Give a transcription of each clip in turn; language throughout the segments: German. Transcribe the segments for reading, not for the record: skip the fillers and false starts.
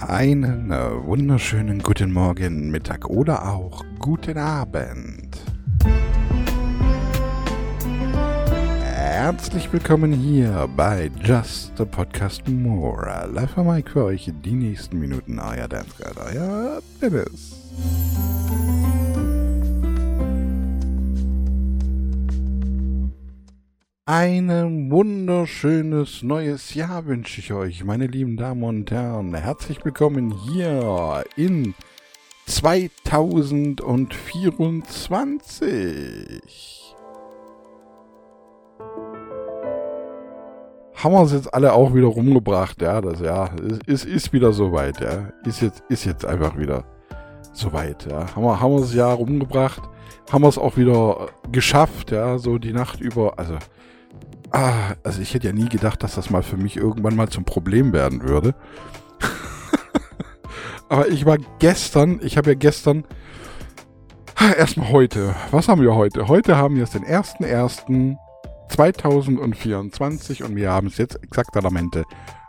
Einen wunderschönen guten Morgen, Mittag oder auch guten Abend. Herzlich willkommen hier bei Just a Podcast More. Live am Mic für euch die nächsten Minuten. Euer Dansker, euer Dennis. Ein wunderschönes neues Jahr wünsche ich euch, meine lieben Damen und Herren. Herzlich willkommen hier in 2024. Haben wir es jetzt alle auch wieder rumgebracht, ja, das Jahr ist wieder soweit, ja, ist jetzt einfach wieder soweit, ja, haben wir das Jahr rumgebracht, haben wir es auch wieder geschafft, ja, so die Nacht über, also ich hätte ja nie gedacht, dass das mal für mich irgendwann mal zum Problem werden würde. Aber ich habe ja gestern, erstmal heute, was haben wir heute? Heute haben wir es den 01.01.2024 und wir haben es jetzt exaktamente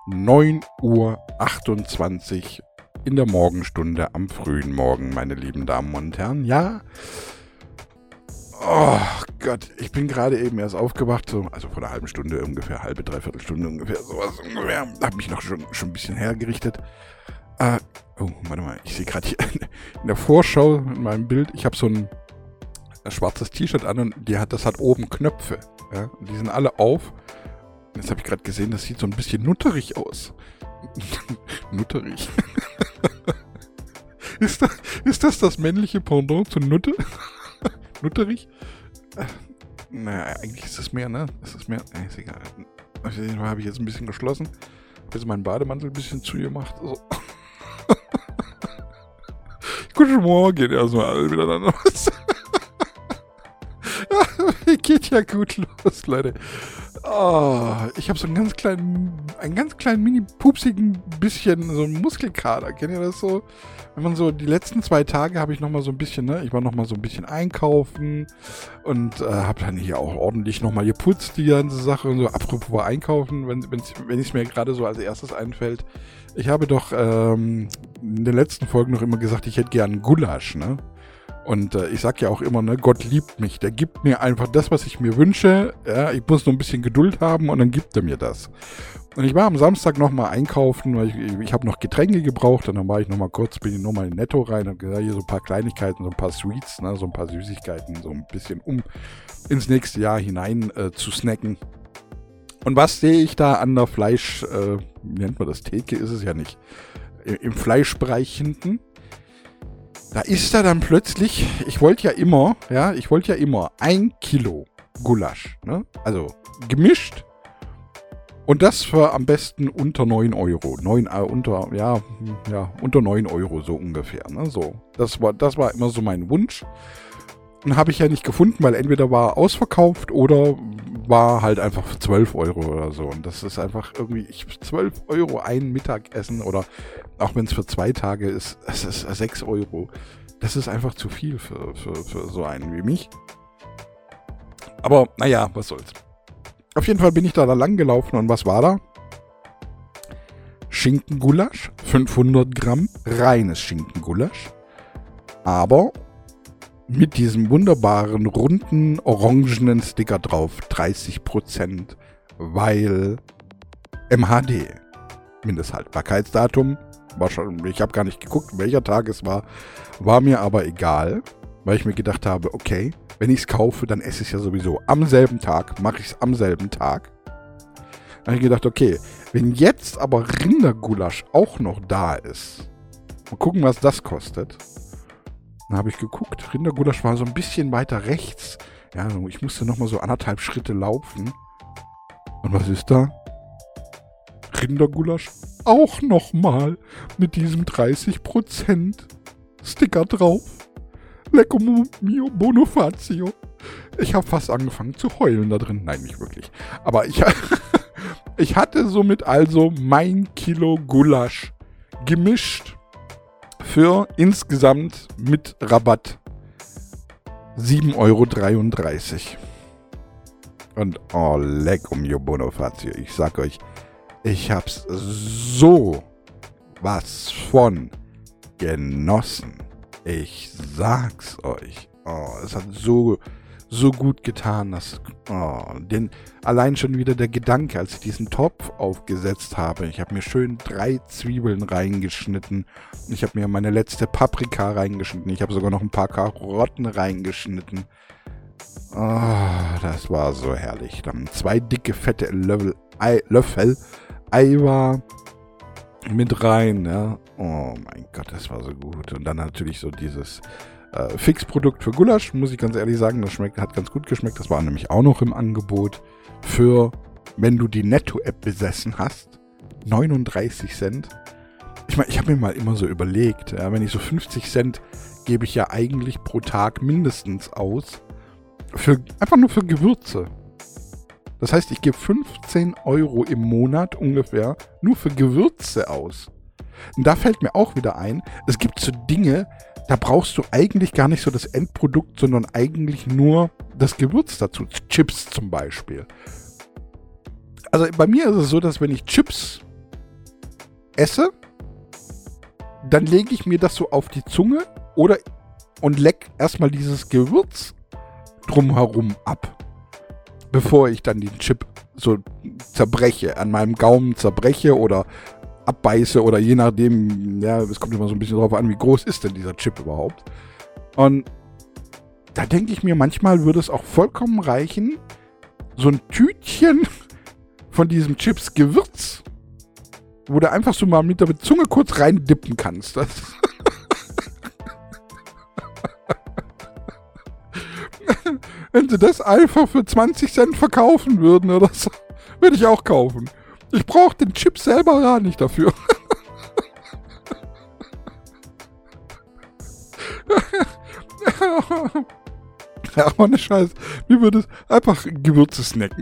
9:28 Uhr in der Morgenstunde am frühen Morgen, meine lieben Damen und Herren. Ja, oh Gott, ich bin gerade eben erst aufgewacht, also vor einer halben Stunde ungefähr, dreiviertel Stunde ungefähr, sowas ungefähr. Hab mich noch schon ein bisschen hergerichtet. Oh, warte mal, ich sehe gerade hier in der Vorschau in meinem Bild, ich habe so ein schwarzes T-Shirt an und das hat oben Knöpfe. Ja, und die sind alle auf. Und jetzt habe ich gerade gesehen, das sieht so ein bisschen nutterig aus. Nutterig. Ist das männliche Pendant zu Nutte? Nutterig? Naja, eigentlich ist es mehr, ne? Ist egal. Auf jeden Fall habe ich jetzt ein bisschen geschlossen. Habe jetzt meinen Bademantel ein bisschen zugemacht. So. Guten Morgen, erstmal alle wieder dann was. Geht ja gut los, Leute. Oh, ich habe so einen ganz kleinen mini pupsigen bisschen, so einen Muskelkater. Kennt ihr das so? Wenn man so, die letzten 2 Tage habe ich nochmal so ein bisschen, ne? Ich war nochmal so ein bisschen einkaufen und habe dann hier auch ordentlich nochmal geputzt, die ganze Sache und so. Apropos einkaufen, wenn es mir gerade so als erstes einfällt. Ich habe doch in den letzten Folgen noch immer gesagt, ich hätte gern Gulasch, ne? Und ich sag ja auch immer, ne, Gott liebt mich. Der gibt mir einfach das, was ich mir wünsche. Ja, ich muss nur ein bisschen Geduld haben und dann gibt er mir das. Und ich war am Samstag nochmal einkaufen, weil ich habe noch Getränke gebraucht. Und dann war ich nochmal kurz, bin ich nochmal in Netto rein und gesagt, hier so ein paar Kleinigkeiten, so ein paar Sweets, ne, so ein paar Süßigkeiten, so ein bisschen um ins nächste Jahr hinein zu snacken. Und was sehe ich da an der Fleisch, wie nennt man das, Theke ist es ja nicht, im Fleischbereich hinten? Da ist da dann plötzlich, ich wollte ja immer 1 Kilo Gulasch, ne? Also gemischt und das für am besten unter 9 Euro. Unter 9 Euro so ungefähr, ne? So, das war immer so mein Wunsch. Und habe ich ja nicht gefunden, weil entweder war ausverkauft oder war halt einfach für 12 Euro oder so. Und das ist einfach irgendwie, 12 Euro ein Mittagessen oder auch wenn es für 2 Tage ist, es ist 6 Euro. Das ist einfach zu viel für so einen wie mich. Aber naja, was soll's. Auf jeden Fall bin ich da lang gelaufen und was war da? Schinkengulasch, 500 Gramm, reines Schinkengulasch. Aber mit diesem wunderbaren, runden, orangenen Sticker drauf, 30%, weil MHD. Mindesthaltbarkeitsdatum, ich habe gar nicht geguckt, welcher Tag es war mir aber egal, weil ich mir gedacht habe, okay, wenn ich es kaufe, dann esse ich es ja sowieso am selben Tag, mache ich es am selben Tag. Dann habe ich gedacht, okay, wenn jetzt aber Rindergulasch auch noch da ist, mal gucken, was das kostet. Dann habe ich geguckt, Rindergulasch war so ein bisschen weiter rechts. Ja, ich musste nochmal so 1,5 Schritte laufen. Und was ist da? Rindergulasch auch nochmal mit diesem 30% Sticker drauf. Lecco mio Bonifazio. Ich habe fast angefangen zu heulen da drin. Nein, nicht wirklich. Aber ich hatte somit also mein Kilo Gulasch gemischt für insgesamt mit Rabatt 7,33 €. Und oh, Lecco mio Bonifazio. Ich sag euch, ich hab's so was von genossen. Ich sag's euch. Oh, es hat so gut getan, dass allein schon wieder der Gedanke, als ich diesen Topf aufgesetzt habe. Ich habe mir schön 3 Zwiebeln reingeschnitten. Ich habe mir meine letzte Paprika reingeschnitten. Ich habe sogar noch ein paar Karotten reingeschnitten. Oh, das war so herrlich. Dann 2 dicke, fette Löffel Eiweiß mit rein. Ja. Oh mein Gott, das war so gut. Und dann natürlich so dieses Fixprodukt für Gulasch, muss ich ganz ehrlich sagen, das hat ganz gut geschmeckt. Das war nämlich auch noch im Angebot für, wenn du die Netto-App besessen hast, 39 Cent. Ich meine, ich habe mir mal immer so überlegt, ja, wenn ich so 50 Cent gebe ich ja eigentlich pro Tag mindestens aus, einfach nur für Gewürze. Das heißt, ich gebe 15 € im Monat ungefähr nur für Gewürze aus. Und da fällt mir auch wieder ein, es gibt so Dinge, da brauchst du eigentlich gar nicht so das Endprodukt, sondern eigentlich nur das Gewürz dazu. Chips zum Beispiel. Also bei mir ist es so, dass wenn ich Chips esse, dann lege ich mir das so auf die Zunge und leck erstmal dieses Gewürz drumherum ab, bevor ich dann den Chip so zerbreche, an meinem Gaumen zerbreche oder abbeiße oder je nachdem, ja, es kommt immer so ein bisschen drauf an, wie groß ist denn dieser Chip überhaupt. Und da denke ich mir, manchmal würde es auch vollkommen reichen, so ein Tütchen von diesem Chips Gewürz, wo du einfach so mal mit der Zunge kurz reindippen kannst. Wenn sie das einfach für 20 Cent verkaufen würden oder so, würde ich auch kaufen. Ich brauche den Chip selber gar nicht dafür. Ja, ohne Scheiß. Mir würde es einfach Gewürze snacken.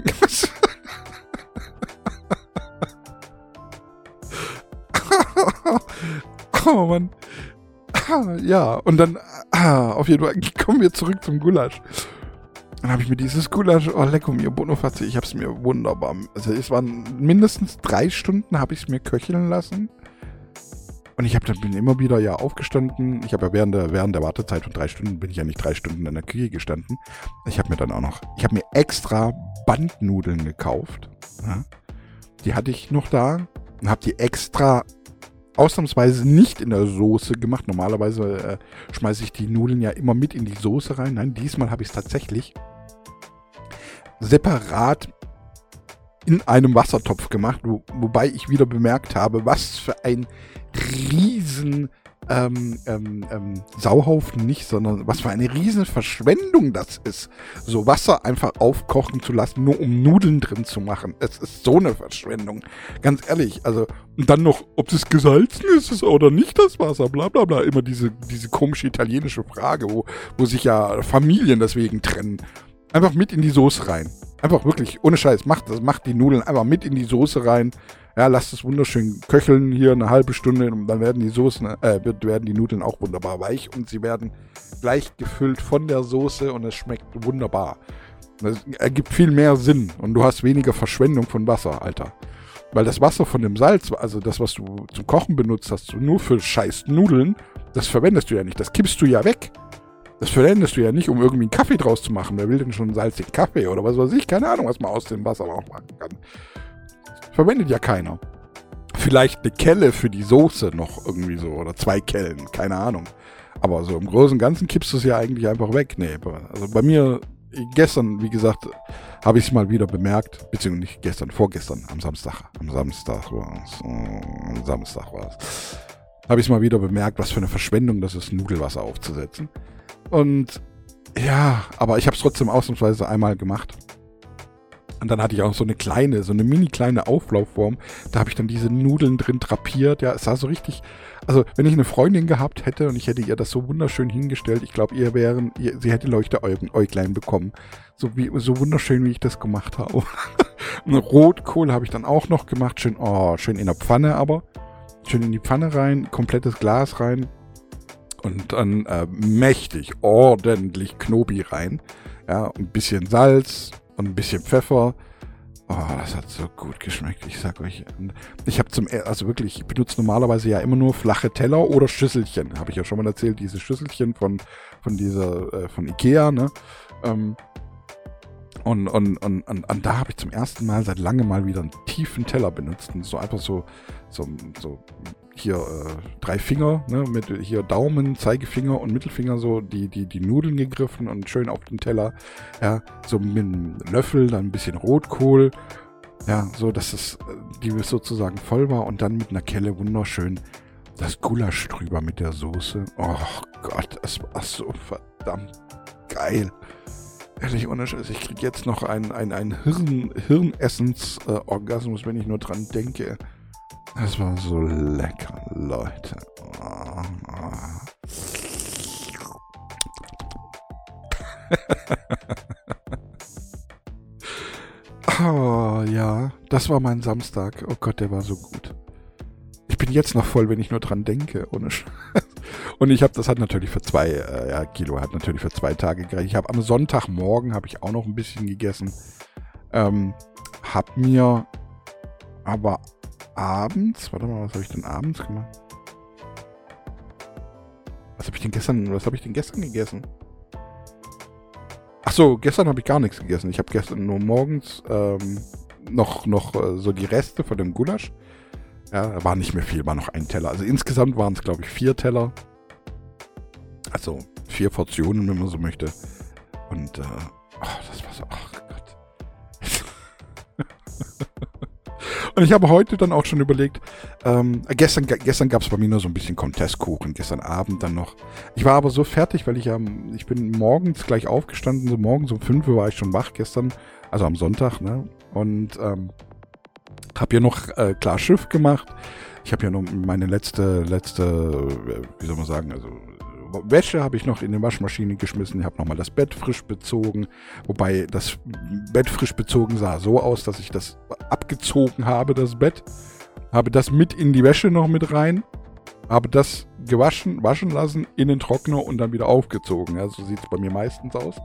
Oh Mann. Ja, und dann auf jeden Fall kommen wir zurück zum Gulasch. Dann habe ich mir dieses Gulasch, oh lecco mio Bonifazzi, ich habe es mir wunderbar, also es waren mindestens 3 Stunden, habe ich es mir köcheln lassen. Und ich bin immer wieder ja aufgestanden. Ich habe ja während der Wartezeit von 3 Stunden, bin ich ja nicht 3 Stunden in der Küche gestanden. Ich habe mir extra Bandnudeln gekauft. Ja. Die hatte ich noch da und habe die extra ausnahmsweise nicht in der Soße gemacht. Normalerweise schmeiße ich die Nudeln ja immer mit in die Soße rein. Nein, diesmal habe ich es tatsächlich separat in einem Wassertopf gemacht, wobei ich wieder bemerkt habe, was für ein riesen Sauhaufen nicht, sondern was für eine riesen Verschwendung das ist, so Wasser einfach aufkochen zu lassen, nur um Nudeln drin zu machen. Es ist so eine Verschwendung. Ganz ehrlich, also, und dann noch, ob es gesalzen ist oder nicht, das Wasser, bla bla bla. Immer diese komische italienische Frage, wo sich ja Familien deswegen trennen. Einfach mit in die Soße rein. Einfach wirklich, ohne Scheiß, macht die Nudeln einfach mit in die Soße rein. Ja, lasst es wunderschön köcheln hier eine halbe Stunde und dann werden die Nudeln auch wunderbar weich und sie werden gleich gefüllt von der Soße und es schmeckt wunderbar. Das ergibt viel mehr Sinn und du hast weniger Verschwendung von Wasser, Alter. Weil das Wasser von dem Salz, also das, was du zum Kochen benutzt hast, nur für scheiß Nudeln, das verwendest du ja nicht, das kippst du ja weg. Das verwendest du ja nicht, um irgendwie einen Kaffee draus zu machen. Wer will denn schon einen salzigen Kaffee oder was weiß ich? Keine Ahnung, was man aus dem Wasser auch machen kann. Verwendet ja keiner. Vielleicht eine Kelle für die Soße noch irgendwie so oder 2 Kellen, keine Ahnung. Aber so im Großen und Ganzen kippst du es ja eigentlich einfach weg. Nee, also bei mir gestern, wie gesagt, habe ich es mal wieder bemerkt, beziehungsweise nicht gestern, vorgestern, am Samstag war es. Habe ich es mal wieder bemerkt, was für eine Verschwendung das ist, Nudelwasser aufzusetzen. Und ja, aber ich habe es trotzdem ausnahmsweise einmal gemacht. Und dann hatte ich auch so eine mini kleine Auflaufform. Da habe ich dann diese Nudeln drin drapiert. Ja, es sah so richtig, also wenn ich eine Freundin gehabt hätte und ich hätte ihr das so wunderschön hingestellt, ich glaube, sie hätte Leuchteäuglein bekommen. So wunderschön, wie ich das gemacht habe. Und Rotkohl habe ich dann auch noch gemacht. Schön in der Pfanne aber. Schön in die Pfanne rein, komplettes Glas rein. Und dann mächtig, ordentlich Knobi rein. Ja, ein bisschen Salz und ein bisschen Pfeffer. Oh, das hat so gut geschmeckt, ich sag euch. Ich habe also wirklich, ich benutze normalerweise ja immer nur flache Teller oder Schüsselchen. Habe ich ja schon mal erzählt, diese Schüsselchen von Ikea, ne? Und da habe ich zum ersten Mal seit langem mal wieder einen tiefen Teller benutzt. Und so einfach so hier 3 Finger, ne, mit hier Daumen, Zeigefinger und Mittelfinger so die Nudeln gegriffen und schön auf den Teller. Ja, so mit einem Löffel, dann ein bisschen Rotkohl. Ja, so, dass die sozusagen voll war und dann mit einer Kelle wunderschön das Gulasch drüber mit der Soße. Oh Gott, es war so verdammt geil. Ehrlich, ohne Scheiß, ich krieg jetzt noch einen Hirnessens-Orgasmus, wenn ich nur dran denke. Das war so lecker, Leute. Oh, ja, das war mein Samstag. Oh Gott, der war so gut. Ich bin jetzt noch voll, wenn ich nur dran denke, ohne Scheiß. Und das hat natürlich für 2 Kilo, hat natürlich für 2 Tage gereicht. Ich habe am Sonntagmorgen habe ich auch noch ein bisschen gegessen. Hab mir aber abends, warte mal, was habe ich denn abends gemacht? Was habe ich denn gestern gegessen? Ach so, gestern habe ich gar nichts gegessen. Ich habe gestern nur morgens noch so die Reste von dem Gulasch. Ja, war nicht mehr viel, war noch ein Teller. Also insgesamt waren es, glaube ich, 4 Teller. Also 4 Portionen, wenn man so möchte. Und das war so, ach Gott. Und ich habe heute dann auch schon überlegt, gestern gab es bei mir nur so ein bisschen Comtesse-Kuchen, gestern Abend dann noch. Ich war aber so fertig, weil ich bin morgens gleich aufgestanden, so morgens um 5 Uhr war ich schon wach gestern, also am Sonntag, ne? Und habe ja noch klar Schiff gemacht. Ich habe ja noch meine letzte, wie soll man sagen, also Wäsche habe ich noch in die Waschmaschine geschmissen. Ich habe nochmal das Bett frisch bezogen. Wobei das Bett frisch bezogen sah so aus, dass ich das abgezogen habe, das Bett. Habe das mit in die Wäsche noch mit rein. Habe das waschen lassen, in den Trockner und dann wieder aufgezogen. Ja, so sieht es bei mir meistens aus.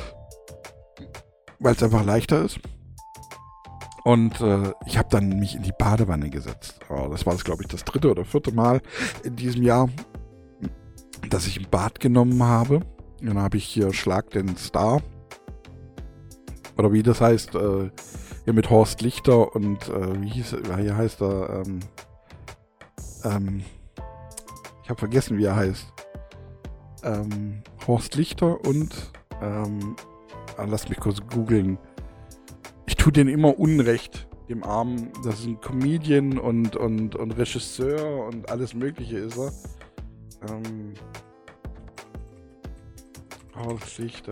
Weil es einfach leichter ist. Und ich habe dann mich in die Badewanne gesetzt. Oh, das war jetzt, glaube ich, das 3. oder 4. Mal in diesem Jahr, dass ich ein Bad genommen habe. Dann habe ich hier Schlag den Star. Oder wie das heißt, hier mit Horst Lichter und wie heißt er? Ich habe vergessen, wie er heißt. Horst Lichter und lass mich kurz googeln. Ich tue denen immer Unrecht, dem Armen. Das ist ein Comedian und Regisseur und alles Mögliche ist er. Horst Lichter.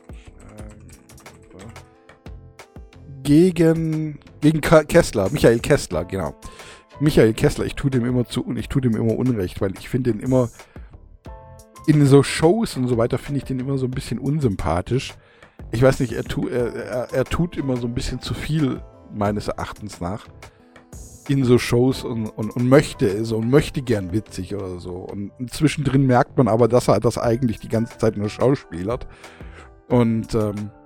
Gegen Kessler, Michael Kessler, genau. Michael Kessler, ich tue dem immer Unrecht, weil ich finde den immer in so Shows und so weiter, finde ich den immer so ein bisschen unsympathisch. Ich weiß nicht, er tut immer so ein bisschen zu viel, meines Erachtens nach, in so Shows und möchte gern witzig oder so. Und zwischendrin merkt man aber, dass er das eigentlich die ganze Zeit nur schauspielert. Und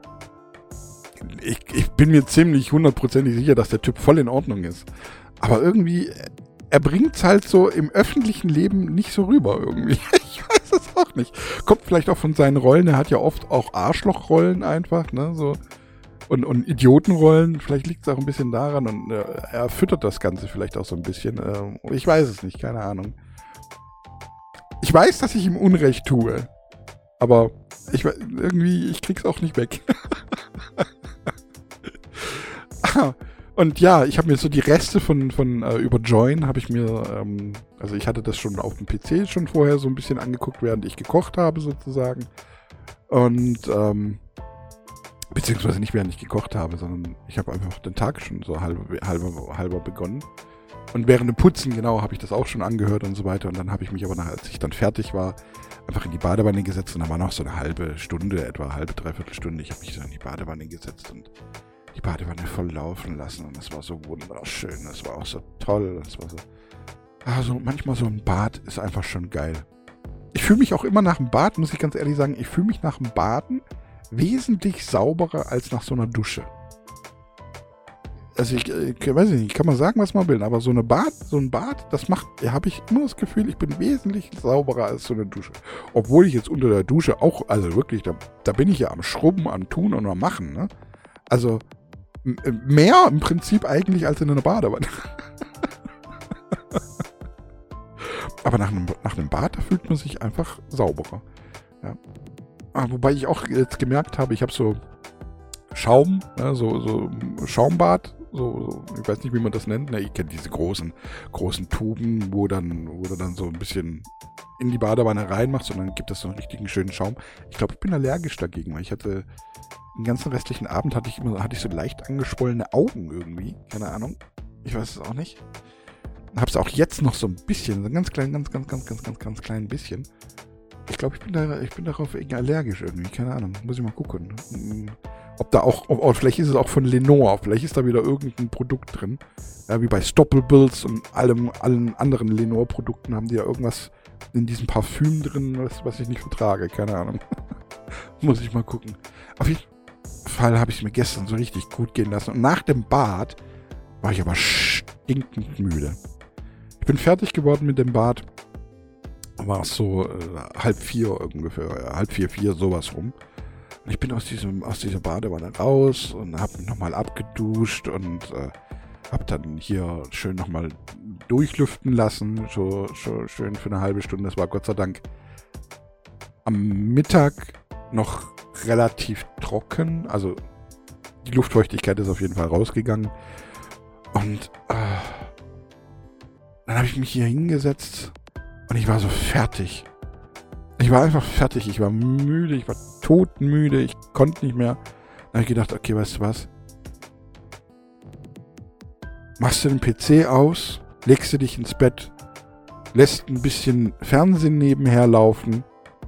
ich bin mir ziemlich 100% sicher, dass der Typ voll in Ordnung ist. Aber irgendwie, er bringt es halt so im öffentlichen Leben nicht so rüber irgendwie. Ich weiß es auch nicht. Kommt vielleicht auch von seinen Rollen. Er hat ja oft auch Arschlochrollen einfach, ne, so. Und Idiotenrollen. Vielleicht liegt es auch ein bisschen daran. Und er füttert das Ganze vielleicht auch so ein bisschen. Ich weiß es nicht, keine Ahnung. Ich weiß, dass ich ihm Unrecht tue. Aber ich krieg's auch nicht weg. Und ja, ich habe mir so die Reste von über Join habe ich mir, also ich hatte das schon auf dem PC schon vorher so ein bisschen angeguckt, während ich gekocht habe sozusagen. Und beziehungsweise nicht während ich gekocht habe, sondern ich habe einfach den Tag schon so halber begonnen. Und während dem Putzen, genau, habe ich das auch schon angehört und so weiter. Und dann habe ich mich aber als ich dann fertig war, einfach in die Badewanne gesetzt. Und da war noch so eine halbe Stunde, etwa dreiviertel Stunde. Ich habe mich dann in die Badewanne gesetzt und die Badewanne voll laufen lassen. Und das war so wunderschön. Das war auch so toll. Das war so. Also manchmal so ein Bad ist einfach schon geil. Ich fühle mich auch immer nach dem Bad, muss ich ganz ehrlich sagen, ich fühle mich nach dem Baden wesentlich sauberer als nach so einer Dusche. also ich weiß nicht, kann man sagen, was man will, aber so ein Bad, das macht, da habe ich immer das Gefühl, ich bin wesentlich sauberer als so eine Dusche. Obwohl ich jetzt unter der Dusche auch, also wirklich, da bin ich ja am Schrubben, am Tun und am Machen, ne? Also mehr im Prinzip eigentlich als in einer Badewanne. Aber nach einem Bad, da fühlt man sich einfach sauberer. Ja. Wobei ich auch jetzt gemerkt habe, ich habe so Schaum, ja, so Schaumbad, so, ich weiß nicht, wie man das nennt. Ne? Ihr kennt diese großen Tuben, wo du dann so ein bisschen in die Badewanne reinmachst und dann gibt es so einen richtigen schönen Schaum. Ich glaube, ich bin allergisch dagegen, weil ich hatte den ganzen restlichen Abend hatte ich so leicht angeschwollene Augen irgendwie. Keine Ahnung. Ich weiß es auch nicht. Hab's auch jetzt noch so ein bisschen, so ein ganz klein bisschen. Ich glaube, ich bin darauf allergisch irgendwie. Keine Ahnung. Muss ich mal gucken. Ob da auch, vielleicht ist es auch von Lenore. Vielleicht ist da wieder irgendein Produkt drin. Ja, wie bei Stoppables und allen anderen Lenore-Produkten haben die ja irgendwas in diesem Parfüm drin, was ich nicht vertrage. Keine Ahnung. Muss ich mal gucken. Auf jeden Fall habe ich es mir gestern so richtig gut gehen lassen. Und nach dem Bad war ich aber stinkend müde. Ich bin fertig geworden mit dem Bad. War es so 3:30 ungefähr, 3:30, sowas rum. Und ich bin aus dieser Badewanne raus und habe mich nochmal abgeduscht und habe dann hier schön nochmal durchlüften lassen. So schön für eine halbe Stunde. Das war Gott sei Dank am Mittag noch relativ trocken. Also die Luftfeuchtigkeit ist auf jeden Fall rausgegangen. Und dann habe ich mich hier hingesetzt und ich war so fertig. Ich war einfach fertig. Ich war müde, ich war todmüde, ich konnte nicht mehr. Dann habe ich gedacht, okay, weißt du was? Machst du den PC aus, legst du dich ins Bett, lässt ein bisschen Fernsehen nebenher laufen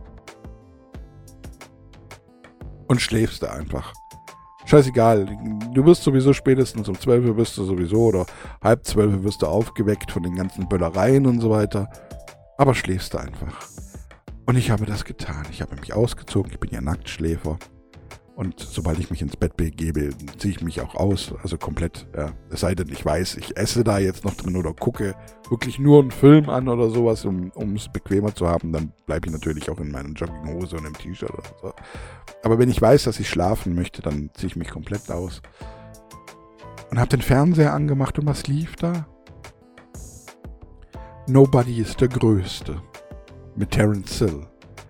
und schläfst da einfach. Scheißegal, du wirst sowieso spätestens um 12 Uhr wirst du sowieso oder 11:30 wirst du aufgeweckt von den ganzen Böllereien und so weiter. Aber schläfst du einfach. Und ich habe das getan. Ich habe mich ausgezogen, ich bin ja Nacktschläfer. Und sobald ich mich ins Bett begebe, ziehe ich mich auch aus, also komplett. Ja. Es sei denn, ich weiß, ich esse da jetzt noch drin oder gucke wirklich nur einen Film an oder sowas, um es bequemer zu haben, dann bleibe ich natürlich auch in meiner Jogginghose und im T-Shirt oder so. Aber wenn ich weiß, dass ich schlafen möchte, dann ziehe ich mich komplett aus. Und habe den Fernseher angemacht und was lief da? Nobody ist der Größte. Mit Terence Hill.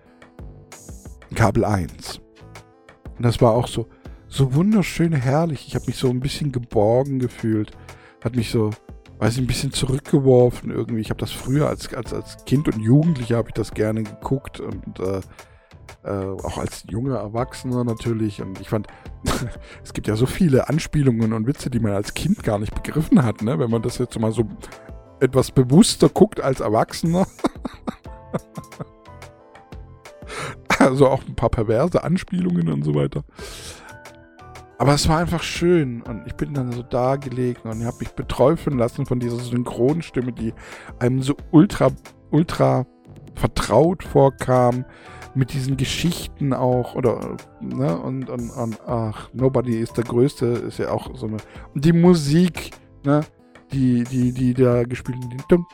Kabel 1. Und das war auch so wunderschön herrlich. Ich habe mich so ein bisschen geborgen gefühlt. Hat mich so, weiß ich, ein bisschen zurückgeworfen irgendwie. Ich habe das früher als Kind und Jugendlicher habe ich das gerne geguckt und auch als junger Erwachsener natürlich. Und ich fand, es gibt ja so viele Anspielungen und Witze, die man als Kind gar nicht begriffen hat, ne? Wenn man das jetzt mal so etwas bewusster guckt als Erwachsener. Also auch ein paar perverse Anspielungen und so weiter. Aber es war einfach schön und ich bin dann so da gelegen und habe mich beträufeln lassen von dieser Synchronstimme, die einem so ultra vertraut vorkam, mit diesen Geschichten auch, oder, ne, und ach, Nobody ist der Größte, ist ja auch so eine, und die Musik, ne, die da gespielt wird,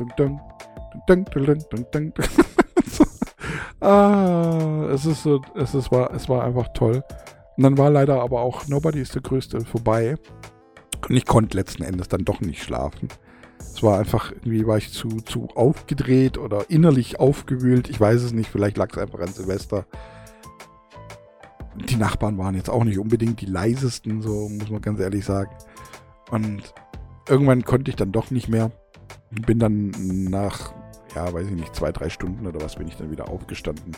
es war einfach toll. Und dann war leider aber auch Nobody ist der Größte vorbei. Und ich konnte letzten Endes dann doch nicht schlafen. Es war einfach, irgendwie war ich zu aufgedreht oder innerlich aufgewühlt. Ich weiß es nicht, vielleicht lag es einfach an Silvester. Die Nachbarn waren jetzt auch nicht unbedingt die leisesten, so muss man ganz ehrlich sagen. Und irgendwann konnte ich dann doch nicht mehr. Bin dann nach, ja, weiß ich nicht, 2-3 Stunden oder was, bin ich dann wieder aufgestanden.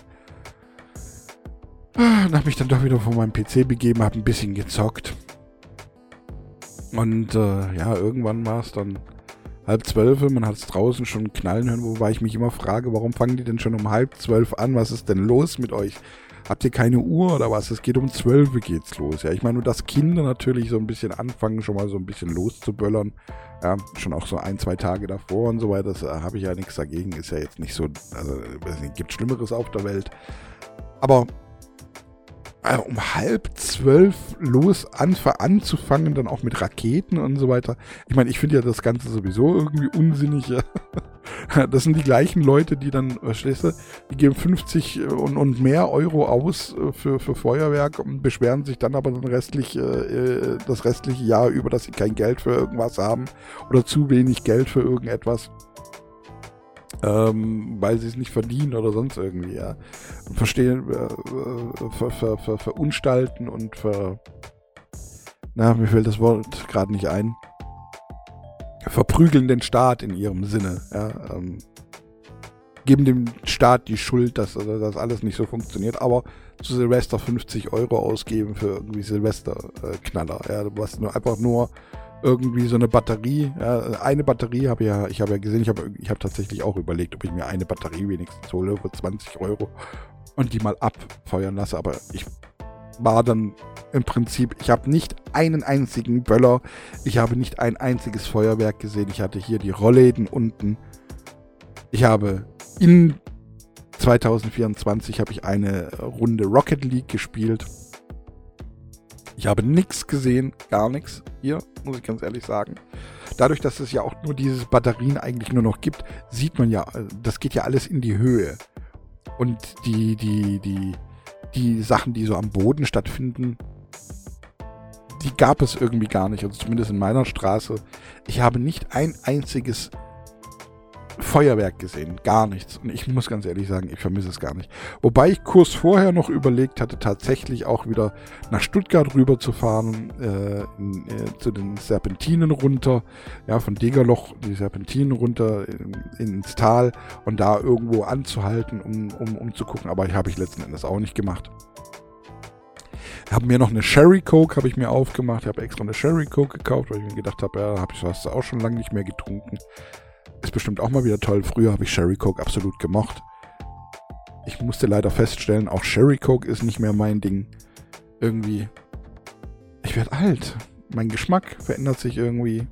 Und habe mich dann doch wieder vor meinem PC begeben, habe ein bisschen gezockt. Und ja, irgendwann war es dann 11:30, man hat es draußen schon knallen hören, wobei ich mich immer frage, warum fangen die denn schon um 11:30 an? Was ist denn los mit euch? Habt ihr keine Uhr oder was? Es geht um 12 geht's los. Ja, ich meine nur, dass Kinder natürlich so ein bisschen anfangen, schon mal so ein bisschen loszuböllern. Ja, schon auch so 1-2 Tage davor und so weiter. Das habe ich ja nichts dagegen. Ist ja jetzt nicht so, also es gibt Schlimmeres auf der Welt. Aber um 11:30 los anzufangen, dann auch mit Raketen und so weiter. Ich meine, ich finde ja das Ganze sowieso irgendwie unsinnig. Ja. Das sind die gleichen Leute, die dann, verstehst du, die geben 50 und mehr Euro aus für Feuerwerk und beschweren sich dann aber das restliche Jahr über, dass sie kein Geld für irgendwas haben oder zu wenig Geld für irgendetwas. Weil sie es nicht verdienen oder sonst irgendwie, ja. Verunstalten und mir fällt das Wort gerade nicht ein. Verprügeln den Staat in ihrem Sinne, ja. Geben dem Staat die Schuld, dass das alles nicht so funktioniert, aber zu Silvester 50 Euro ausgeben für irgendwie Silvesterknaller, ja, was einfach nur irgendwie so eine Batterie, ja, eine Batterie ich habe ja gesehen, ich habe tatsächlich auch überlegt, ob ich mir eine Batterie wenigstens hole für 20 Euro und die mal abfeuern lasse, aber ich war dann im Prinzip, ich habe nicht einen einzigen Böller, ich habe nicht ein einziges Feuerwerk gesehen, ich hatte hier die Rollläden unten, ich habe in 2024 habe ich eine Runde Rocket League gespielt. Ich habe nichts gesehen, gar nichts hier, muss ich ganz ehrlich sagen. Dadurch, dass es ja auch nur diese Batterien eigentlich nur noch gibt, sieht man ja, das geht ja alles in die Höhe. Und die Sachen, die so am Boden stattfinden, die gab es irgendwie gar nicht. Also zumindest in meiner Straße. Ich habe nicht ein einziges Feuerwerk gesehen, gar nichts. Und ich muss ganz ehrlich sagen, ich vermisse es gar nicht. Wobei ich kurz vorher noch überlegt hatte, tatsächlich auch wieder nach Stuttgart rüber zu fahren, zu den Serpentinen runter, ja, von Degerloch die Serpentinen runter ins Tal und da irgendwo anzuhalten, um zu gucken. Aber habe ich letzten Endes auch nicht gemacht. Habe mir noch eine Sherry Coke habe ich mir aufgemacht. Ich habe extra eine Sherry Coke gekauft, weil ich mir gedacht habe, ja, habe ich das auch schon lange nicht mehr getrunken. Ist bestimmt auch mal wieder toll. Früher habe ich Sherry Coke absolut gemocht. Ich musste leider feststellen, auch Sherry Coke ist nicht mehr mein Ding. Irgendwie. Ich werde alt. Mein Geschmack verändert sich irgendwie.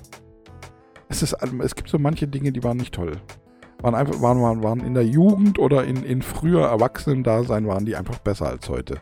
Es gibt so manche Dinge, die waren nicht toll. Waren in der Jugend oder in früher Erwachsenen-Dasein waren die einfach besser als heute.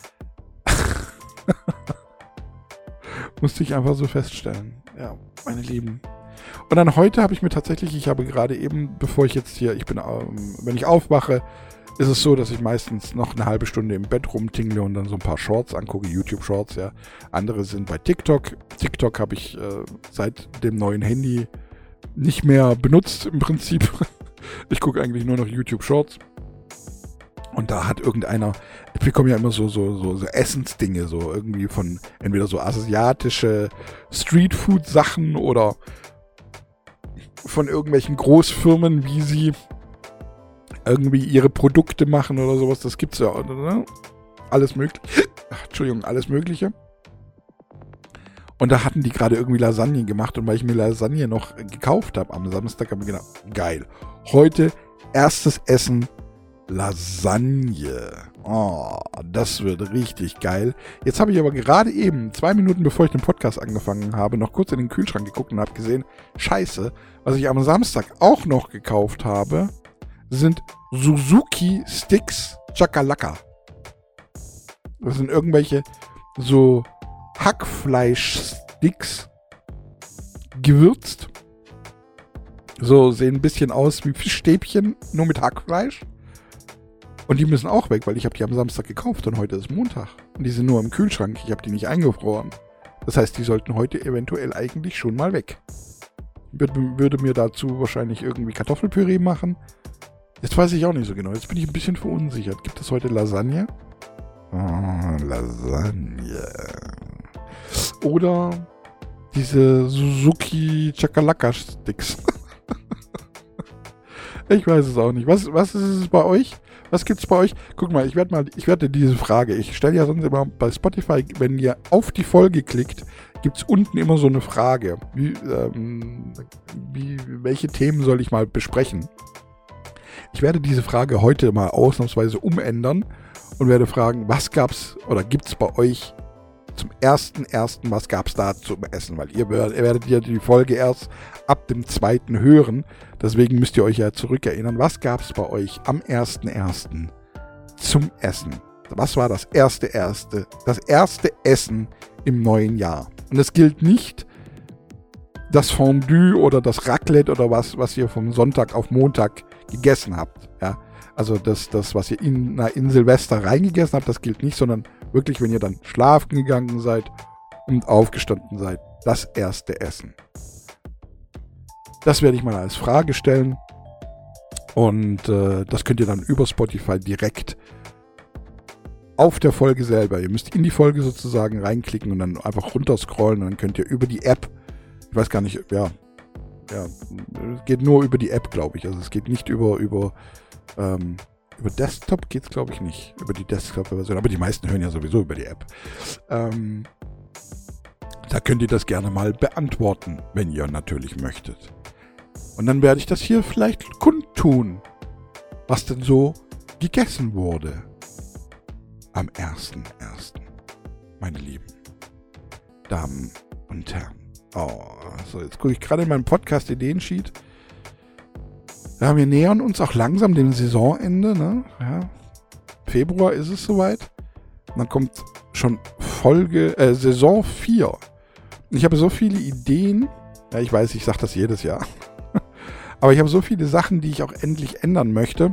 Musste ich einfach so feststellen. Ja, meine Lieben. Und dann heute habe ich mir tatsächlich, ich habe gerade eben, bevor ich jetzt hier, wenn ich aufwache, ist es so, dass ich meistens noch eine halbe Stunde im Bett rumtingle und dann so ein paar Shorts angucke, YouTube-Shorts, ja. Andere sind bei TikTok. TikTok habe ich seit dem neuen Handy nicht mehr benutzt im Prinzip. Ich gucke eigentlich nur noch YouTube-Shorts. Und da hat irgendeiner, ich bekomme ja immer so Essensdinge, so irgendwie von entweder so asiatische Streetfood-Sachen oder von irgendwelchen Großfirmen, wie sie irgendwie ihre Produkte machen oder sowas. Das gibt's ja, oder? Alles Mögliche. Und da hatten die gerade irgendwie Lasagne gemacht und weil ich mir Lasagne noch gekauft habe am Samstag, habe ich gedacht, geil. Heute erstes Essen Lasagne. Oh, das wird richtig geil. Jetzt habe ich aber gerade eben, 2 Minuten bevor ich den Podcast angefangen habe, noch kurz in den Kühlschrank geguckt und habe gesehen, scheiße, was ich am Samstag auch noch gekauft habe, sind Suzuki Sticks Chakalaka. Das sind irgendwelche so Hackfleisch-Sticks gewürzt. So sehen ein bisschen aus wie Fischstäbchen, nur mit Hackfleisch. Und die müssen auch weg, weil ich habe die am Samstag gekauft und heute ist Montag. Und die sind nur im Kühlschrank. Ich habe die nicht eingefroren. Das heißt, die sollten heute eventuell eigentlich schon mal weg. Würde mir dazu wahrscheinlich irgendwie Kartoffelpüree machen. Jetzt weiß ich auch nicht so genau. Jetzt bin ich ein bisschen verunsichert. Gibt es heute Lasagne? Oh, Lasagne. Oder diese Suzuki Chakalaka Sticks. Ich weiß es auch nicht. Was ist es bei euch? Was gibt's bei euch? Guck mal, ich werde diese Frage, ich stelle ja sonst immer bei Spotify, wenn ihr auf die Folge klickt, gibt's unten immer so eine Frage. Welche Themen soll ich mal besprechen? Ich werde diese Frage heute mal ausnahmsweise umändern und werde fragen, was gab's oder gibt's bei euch zum 1.1., was gab's da zum Essen? Weil ihr werdet ja die Folge erst ab dem 2. hören. Deswegen müsst ihr euch ja zurückerinnern, was gab's bei euch am 1.1. zum Essen? Was war das erste Essen im neuen Jahr? Und es gilt nicht das Fondue oder das Raclette oder was ihr vom Sonntag auf Montag gegessen habt. Ja? Also das, was ihr in Silvester reingegessen habt, das gilt nicht, sondern wirklich, wenn ihr dann schlafen gegangen seid und aufgestanden seid, das erste Essen. Das werde ich mal als Frage stellen. Und das könnt ihr dann über Spotify direkt auf der Folge selber. Ihr müsst in die Folge sozusagen reinklicken und dann einfach runterscrollen und dann könnt ihr über die App, ich weiß gar nicht, ja, es geht nur über die App, glaube ich. Also es geht nicht über Desktop geht es, glaube ich, nicht. Über die Desktop-Version, aber die meisten hören ja sowieso über die App. Da könnt ihr das gerne mal beantworten, wenn ihr natürlich möchtet. Und dann werde ich das hier vielleicht kundtun, was denn so gegessen wurde am 1.1. Meine lieben Damen und Herren. Oh, so, jetzt gucke ich gerade in meinen Podcast-Ideensheet. Ja, wir nähern uns auch langsam dem Saisonende. Ne? Ja. Februar ist es soweit. Und dann kommt schon Saison 4. Ich habe so viele Ideen. Ja, ich weiß, ich sage das jedes Jahr. Aber ich habe so viele Sachen, die ich auch endlich ändern möchte.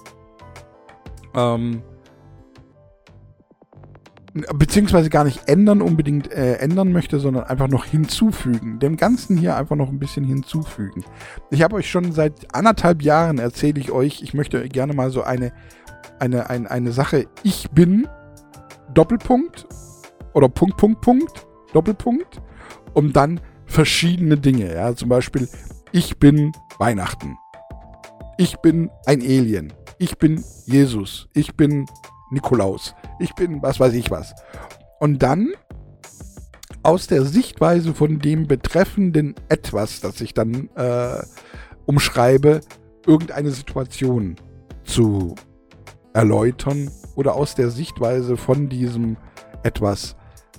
Beziehungsweise gar nicht unbedingt ändern möchte, sondern einfach noch hinzufügen. Dem Ganzen hier einfach noch ein bisschen hinzufügen. Ich habe euch schon seit 1,5 Jahren erzähle ich euch, ich möchte gerne mal so eine Sache, ich bin Doppelpunkt oder Punkt, Doppelpunkt, und dann verschiedene Dinge. Ja, zum Beispiel, ich bin Weihnachten. Ich bin ein Alien. Ich bin Jesus. Ich bin Nikolaus. Ich bin was weiß ich was. Und dann aus der Sichtweise von dem betreffenden Etwas, das ich dann umschreibe, irgendeine Situation zu erläutern oder aus der Sichtweise von diesem Etwas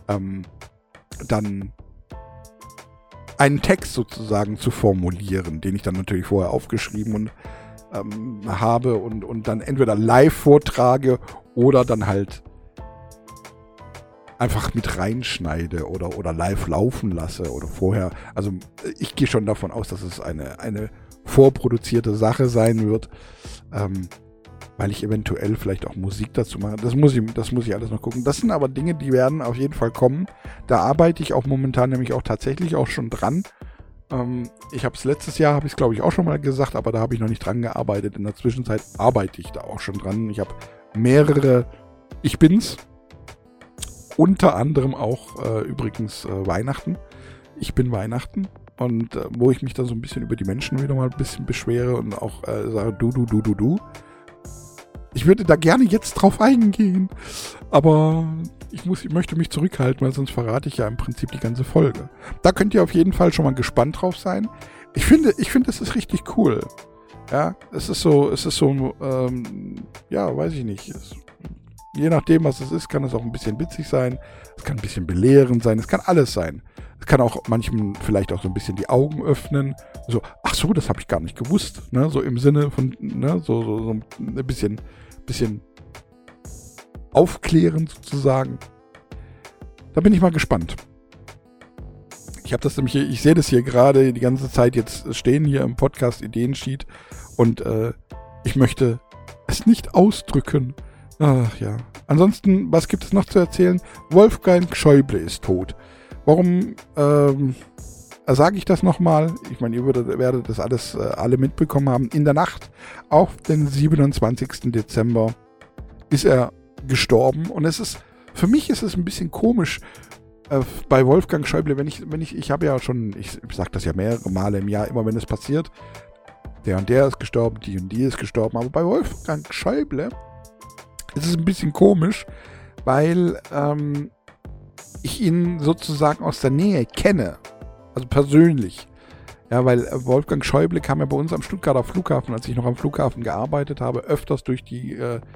dann einen Text sozusagen zu formulieren, den ich dann natürlich vorher aufgeschrieben und habe und dann entweder live vortrage oder dann halt einfach mit reinschneide oder live laufen lasse oder vorher. Also ich gehe schon davon aus, dass es eine vorproduzierte Sache sein wird, weil ich eventuell vielleicht auch Musik dazu mache. Das muss ich alles noch gucken. Das sind aber Dinge, die werden auf jeden Fall kommen. Da arbeite ich auch momentan nämlich auch tatsächlich auch schon dran. Ich habe es letztes Jahr, habe ich es glaube ich auch schon mal gesagt, aber da habe ich noch nicht dran gearbeitet. In der Zwischenzeit arbeite ich da auch schon dran. Ich habe mehrere Ich Bin's. Unter anderem auch übrigens Weihnachten. Ich bin Weihnachten. Und wo ich mich da so ein bisschen über die Menschen wieder mal ein bisschen beschwere und auch sage, du. Ich würde da gerne jetzt drauf eingehen, aber ich möchte mich zurückhalten, weil sonst verrate ich ja im Prinzip die ganze Folge. Da könnt ihr auf jeden Fall schon mal gespannt drauf sein. Ich finde, es ist richtig cool. Ja, es ist so, ja, weiß ich nicht. Je nachdem, was es ist, kann es auch ein bisschen witzig sein. Es kann ein bisschen belehrend sein. Es kann alles sein. Es kann auch manchmal vielleicht auch so ein bisschen die Augen öffnen. So, ach so, das habe ich gar nicht gewusst. Ne? So im Sinne von, ne? so ein bisschen aufklärend sozusagen. Da bin ich mal gespannt. Ich habe das nämlich hier, ich sehe das hier gerade die ganze Zeit jetzt stehen hier im Podcast Ideensheet und ich möchte es nicht ausdrücken. Ach ja. Ansonsten, was gibt es noch zu erzählen? Wolfgang Schäuble ist tot. Warum sage ich das nochmal? Ich meine, ihr werdet das alles alle mitbekommen haben. In der Nacht auf den 27. Dezember ist er gestorben. Und für mich ist es ein bisschen komisch bei Wolfgang Schäuble, ich habe ja schon, ich sage das ja mehrere Male im Jahr, immer wenn es passiert, der und der ist gestorben, die und die ist gestorben. Aber bei Wolfgang Schäuble ist es ein bisschen komisch, weil ich ihn sozusagen aus der Nähe kenne. Also persönlich. Ja, weil Wolfgang Schäuble kam ja bei uns am Stuttgarter Flughafen, als ich noch am Flughafen gearbeitet habe, öfters durch die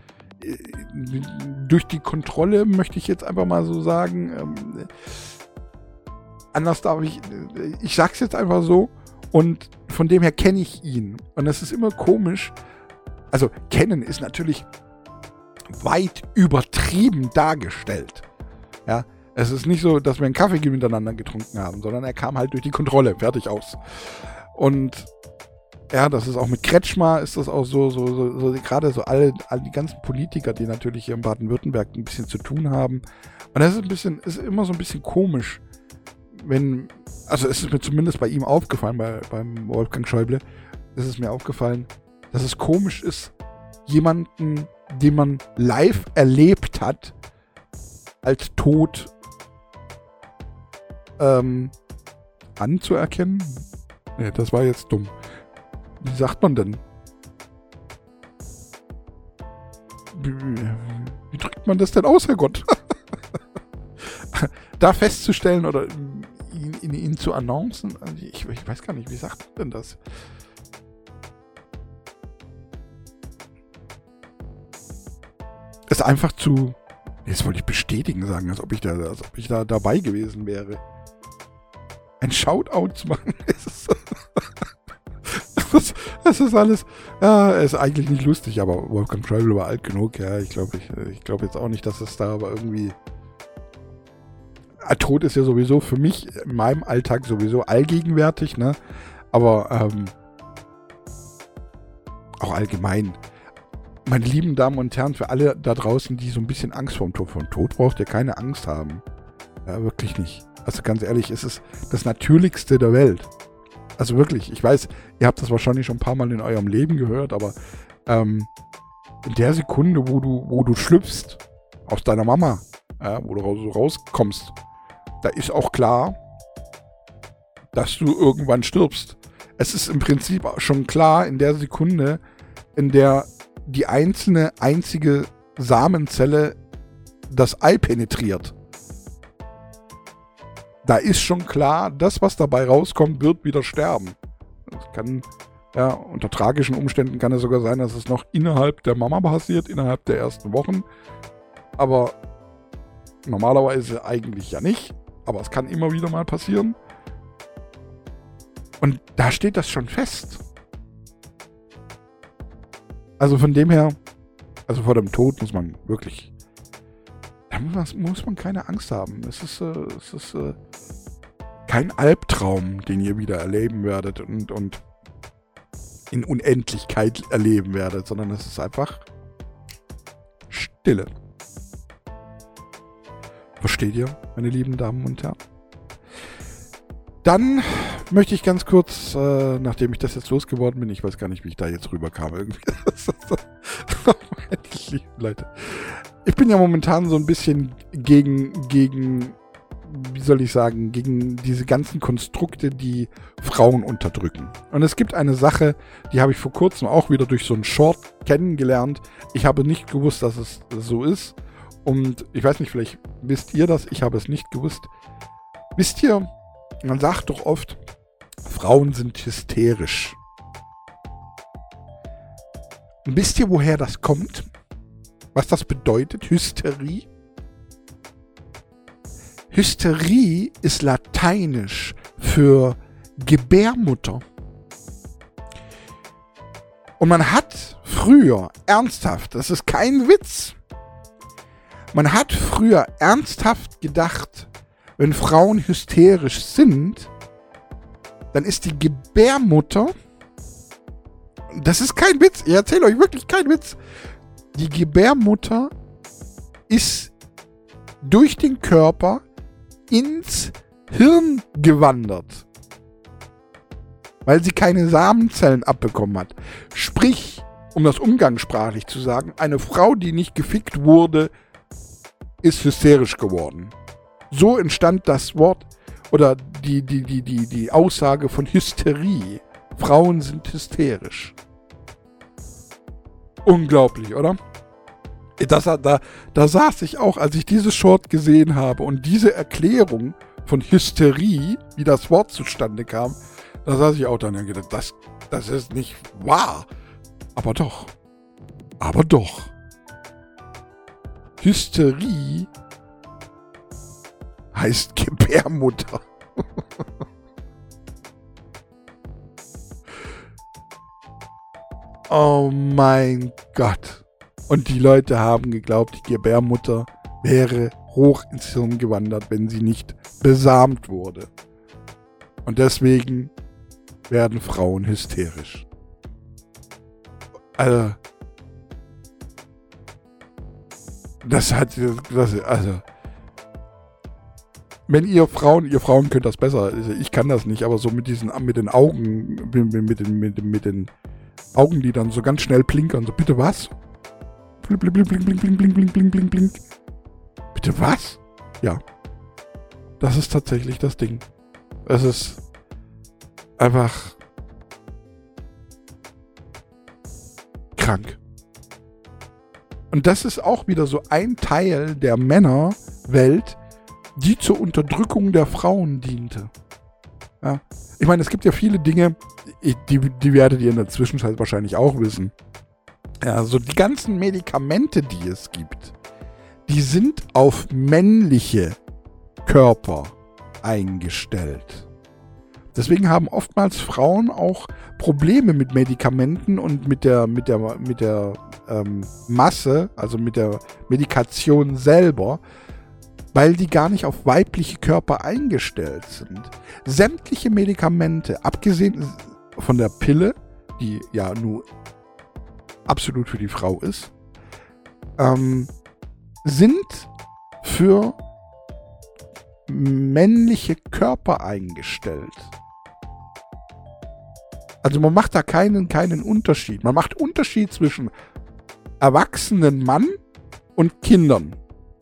Kontrolle, möchte ich jetzt einfach mal so sagen. Anders darf ich sag's jetzt einfach so. Und von dem her kenne ich ihn. Und das ist immer komisch. Also kennen ist natürlich weit übertrieben dargestellt. Ja, es ist nicht so, dass wir einen Kaffee miteinander getrunken haben, sondern er kam halt durch die Kontrolle, fertig aus. Und ja, das ist auch mit Kretschmer, ist das auch so gerade so alle die ganzen Politiker, die natürlich hier in Baden-Württemberg ein bisschen zu tun haben. Und das ist immer so ein bisschen komisch, also es ist mir zumindest bei ihm aufgefallen, beim Wolfgang Schäuble, ist es mir aufgefallen, dass es komisch ist, jemanden, den man live erlebt hat, als tot anzuerkennen. Nee, das war jetzt dumm. Wie sagt man denn? Wie drückt man das denn aus, Herrgott? Da festzustellen oder ihn zu annoncen, ich weiß gar nicht, wie sagt man denn das? Es einfach jetzt wollte ich bestätigen sagen, als ob ich da dabei gewesen wäre. Ein Shoutout zu machen, das ist alles, ja, ist eigentlich nicht lustig, aber Wolfgang Schäuble war alt genug, ja, ich glaube jetzt auch nicht, dass es da aber irgendwie, Tod ist ja sowieso für mich in meinem Alltag sowieso allgegenwärtig, ne, aber auch allgemein, meine lieben Damen und Herren, für alle da draußen, die so ein bisschen Angst vor dem Tod braucht ihr keine Angst haben, ja, wirklich nicht, also ganz ehrlich, es ist das Natürlichste der Welt. Also wirklich, ich weiß, ihr habt das wahrscheinlich schon ein paar Mal in eurem Leben gehört, aber in der Sekunde, wo du schlüpfst aus deiner Mama, wo du rauskommst, da ist auch klar, dass du irgendwann stirbst. Es ist im Prinzip schon klar in der Sekunde, in der die einzige Samenzelle das Ei penetriert. Da ist schon klar, das, was dabei rauskommt, wird wieder sterben. Das kann, ja, unter tragischen Umständen kann es sogar sein, dass es noch innerhalb der Mama passiert, innerhalb der ersten Wochen. Aber normalerweise eigentlich ja nicht. Aber es kann immer wieder mal passieren. Und da steht das schon fest. Also von dem her, also vor dem Tod muss man wirklich, da muss man keine Angst haben. Es ist kein Albtraum, den ihr wieder erleben werdet und in Unendlichkeit erleben werdet, sondern es ist einfach Stille. Versteht ihr, meine lieben Damen und Herren? Dann möchte ich ganz kurz, nachdem ich das jetzt losgeworden bin, ich weiß gar nicht, wie ich da jetzt rüberkam irgendwie. Meine lieben Leute. Ich bin ja momentan so ein bisschen gegen, wie soll ich sagen, gegen diese ganzen Konstrukte, die Frauen unterdrücken. Und es gibt eine Sache, die habe ich vor kurzem auch wieder durch so einen Short kennengelernt. Ich habe nicht gewusst, dass es so ist. Und ich weiß nicht, vielleicht wisst ihr das, ich habe es nicht gewusst. Wisst ihr, man sagt doch oft, Frauen sind hysterisch. Und wisst ihr, woher das kommt? Was das bedeutet, Hysterie? Hysterie ist lateinisch für Gebärmutter. Und man hat früher ernsthaft, das ist kein Witz, man hat früher ernsthaft gedacht, wenn Frauen hysterisch sind, dann ist die Gebärmutter, das ist kein Witz, ich erzähle euch wirklich kein Witz, die Gebärmutter ist durch den Körper ins Hirn gewandert, weil sie keine Samenzellen abbekommen hat. Sprich, um das umgangssprachlich zu sagen, eine Frau, die nicht gefickt wurde, ist hysterisch geworden. So entstand das Wort oder die Aussage von Hysterie. Frauen sind hysterisch. Unglaublich, oder? Da saß ich auch, als ich dieses Short gesehen habe und diese Erklärung von Hysterie, wie das Wort zustande kam, da saß ich auch dann und gedacht, das ist nicht wahr. Aber doch. Hysterie heißt Gebärmutter. Oh mein Gott. Und die Leute haben geglaubt, die Gebärmutter wäre hoch ins Hirn gewandert, wenn sie nicht besamt wurde. Und deswegen werden Frauen hysterisch. Also, wenn ihr Frauen könnt das besser, also ich kann das nicht, aber so mit den Augen, mit den Augen, die dann so ganz schnell blinkern, so bitte was? Blink, blink, blink, blink, blink, blink, blink, blink, blink, blink. Bitte was? Ja. Das ist tatsächlich das Ding. Es ist einfach krank. Und das ist auch wieder so ein Teil der Männerwelt, die zur Unterdrückung der Frauen diente. Ja. Ich meine, es gibt ja viele Dinge, die werdet ihr in der Zwischenzeit wahrscheinlich auch wissen. Ja, so die ganzen Medikamente, die es gibt, die sind auf männliche Körper eingestellt. Deswegen haben oftmals Frauen auch Probleme mit Medikamenten und mit der Masse, also mit der Medikation selber, weil die gar nicht auf weibliche Körper eingestellt sind. Sämtliche Medikamente, abgesehen von der Pille, die ja nur absolut für die Frau ist, sind für männliche Körper eingestellt. Also man macht da keinen Unterschied. Man macht Unterschied zwischen erwachsenen Mann und Kindern.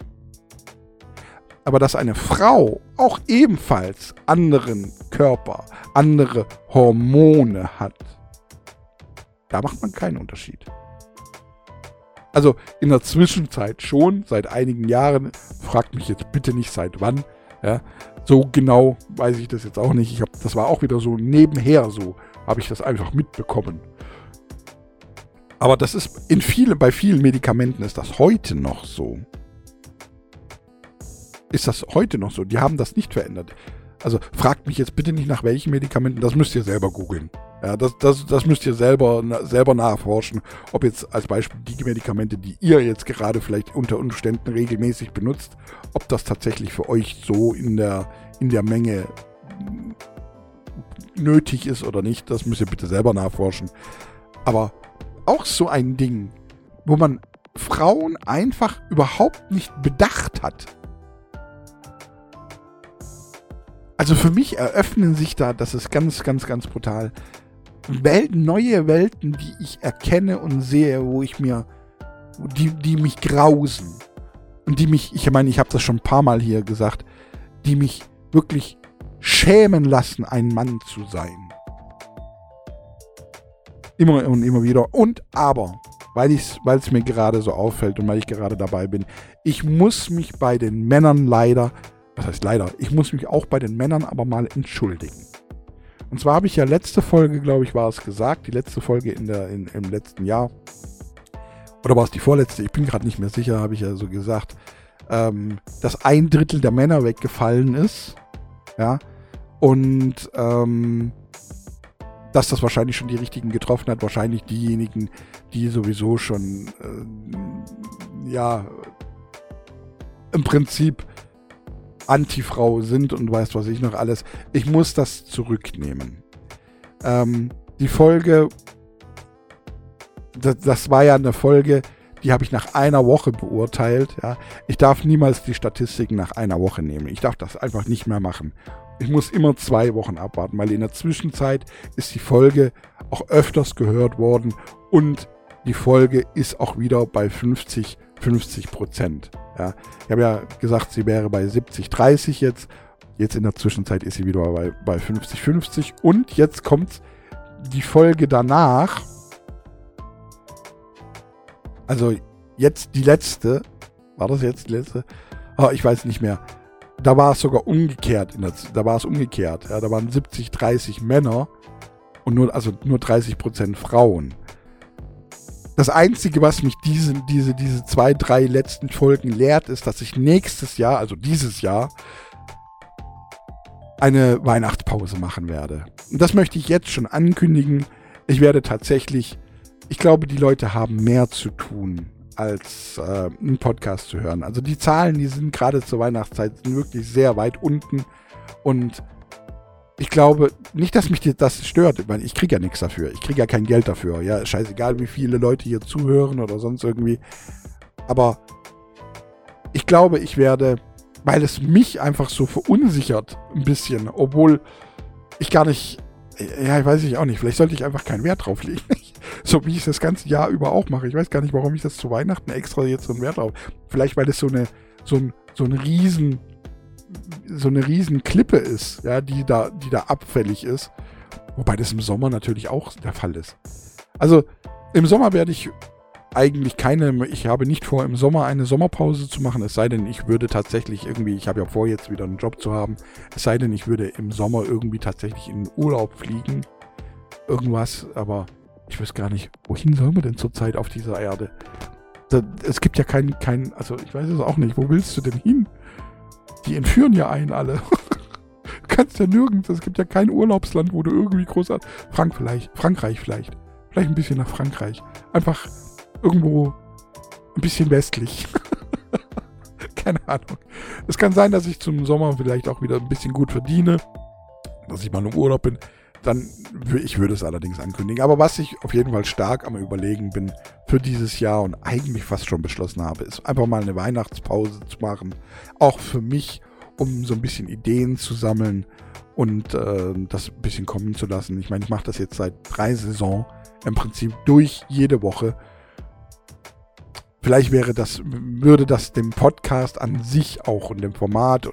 Aber dass eine Frau auch ebenfalls anderen Körper, andere Hormone hat, da macht man keinen Unterschied. Also in der Zwischenzeit schon, seit einigen Jahren, fragt mich jetzt bitte nicht seit wann, ja, so genau weiß ich das jetzt auch nicht. Das war auch wieder so nebenher so, habe ich das einfach mitbekommen. Aber das ist bei vielen Medikamenten ist das heute noch so. Ist das heute noch so? Die haben das nicht verändert. Also fragt mich jetzt bitte nicht nach welchen Medikamenten, das müsst ihr selber googeln. Ja, das müsst ihr selber nachforschen, ob jetzt als Beispiel die Medikamente, die ihr jetzt gerade vielleicht unter Umständen regelmäßig benutzt, ob das tatsächlich für euch so in der Menge nötig ist oder nicht, das müsst ihr bitte selber nachforschen. Aber auch so ein Ding, wo man Frauen einfach überhaupt nicht bedacht hat. Also für mich eröffnen sich da, das ist ganz, ganz, ganz brutal, neue Welten, die ich erkenne und sehe, die mich grausen. Und die mich, ich meine, ich habe das schon ein paar Mal hier gesagt, die mich wirklich schämen lassen, ein Mann zu sein. Immer und immer wieder. Und aber, weil es mir gerade so auffällt und weil ich gerade dabei bin, ich muss mich bei den Männern ich muss mich auch bei den Männern aber mal entschuldigen. Und zwar habe ich ja letzte Folge, glaube ich, war es gesagt, die letzte Folge im letzten Jahr, oder war es die vorletzte, ich bin gerade nicht mehr sicher, habe ich ja so gesagt, dass 1/3 der Männer weggefallen ist, ja, und dass das wahrscheinlich schon die Richtigen getroffen hat, wahrscheinlich diejenigen, die sowieso schon, im Prinzip Anti-Frau sind und weiß was ich noch alles. Ich muss das zurücknehmen. Die Folge, das war ja eine Folge, die habe ich nach einer Woche beurteilt. Ja. Ich darf niemals die Statistiken nach einer Woche nehmen. Ich darf das einfach nicht mehr machen. Ich muss immer 2 Wochen abwarten, weil in der Zwischenzeit ist die Folge auch öfters gehört worden und die Folge ist auch wieder bei 50%. Ja. Ich habe ja gesagt, sie wäre bei 70-30 jetzt. Jetzt in der Zwischenzeit ist sie wieder bei 50-50. Und jetzt kommt die Folge danach. Also jetzt die letzte. War das jetzt die letzte? Oh, ich weiß nicht mehr. Da war es sogar umgekehrt. Da war es umgekehrt. Ja, da waren 70-30 Männer und nur 30% Frauen. Das Einzige, was mich diese 2, 3 letzten Folgen lehrt, ist, dass ich nächstes Jahr, also dieses Jahr, eine Weihnachtspause machen werde. Und das möchte ich jetzt schon ankündigen. Ich werde tatsächlich, ich glaube, die Leute haben mehr zu tun, als einen Podcast zu hören. Also die Zahlen, die sind gerade zur Weihnachtszeit sind wirklich sehr weit unten und ich glaube nicht, dass mich das stört. Ich meine, ich kriege ja nichts dafür. Ich kriege ja kein Geld dafür. Ja, scheißegal, wie viele Leute hier zuhören oder sonst irgendwie. Aber ich glaube, ich werde, weil es mich einfach so verunsichert ein bisschen, obwohl ich gar nicht, ja, ich weiß auch nicht, vielleicht sollte ich einfach keinen Wert drauf legen. So wie ich es das ganze Jahr über auch mache. Ich weiß gar nicht, warum ich das zu Weihnachten extra jetzt so einen Wert drauf. Vielleicht, weil es so eine riesen Klippe ist, ja, die da abfällig ist. Wobei das im Sommer natürlich auch der Fall ist. Also im Sommer werde ich eigentlich ich habe nicht vor, im Sommer eine Sommerpause zu machen, es sei denn, ich würde tatsächlich irgendwie, ich habe ja vor, jetzt wieder einen Job zu haben, es sei denn, ich würde im Sommer irgendwie tatsächlich in den Urlaub fliegen. Irgendwas, aber ich weiß gar nicht, wohin sollen wir denn zurzeit auf dieser Erde? Es gibt ja also ich weiß es auch nicht, wo willst du denn hin? Die entführen ja einen alle. Du kannst ja nirgends, es gibt ja kein Urlaubsland, wo du irgendwie großartig... Frankreich vielleicht. Vielleicht ein bisschen nach Frankreich. Einfach irgendwo ein bisschen westlich. Keine Ahnung. Es kann sein, dass ich zum Sommer vielleicht auch wieder ein bisschen gut verdiene. Dass ich mal im Urlaub bin. Ich würde es allerdings ankündigen. Aber was ich auf jeden Fall stark am Überlegen bin für dieses Jahr und eigentlich fast schon beschlossen habe, ist einfach mal eine Weihnachtspause zu machen. Auch für mich, um so ein bisschen Ideen zu sammeln und das ein bisschen kommen zu lassen. Ich meine, ich mache das jetzt seit 3 Saisons im Prinzip durch jede Woche. Vielleicht würde das dem Podcast an sich auch und dem Format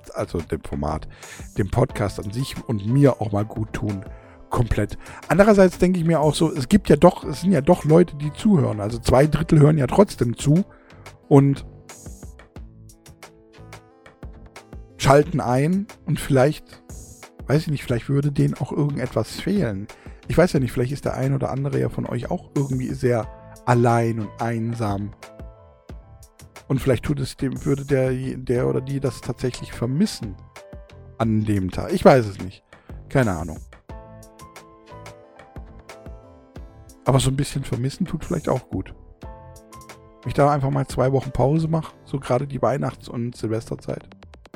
dem Podcast an sich und mir auch mal gut tun. Komplett. Andererseits denke ich mir auch so, es sind ja doch Leute, die zuhören. Also 2/3 hören ja trotzdem zu und schalten ein und vielleicht, weiß ich nicht, vielleicht würde denen auch irgendetwas fehlen. Ich weiß ja nicht, vielleicht ist der ein oder andere ja von euch auch irgendwie sehr allein und einsam. Und vielleicht würde der oder die das tatsächlich vermissen an dem Tag. Ich weiß es nicht. Keine Ahnung. Aber so ein bisschen vermissen tut vielleicht auch gut. Wenn ich da einfach mal 2 Wochen Pause mache, so gerade die Weihnachts- und Silvesterzeit.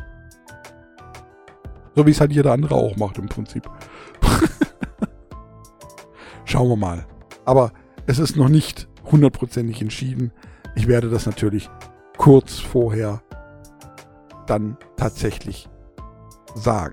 So wie es halt jeder andere auch macht im Prinzip. Schauen wir mal. Aber es ist noch nicht 100% entschieden. Ich werde das natürlich kurz vorher dann tatsächlich sagen.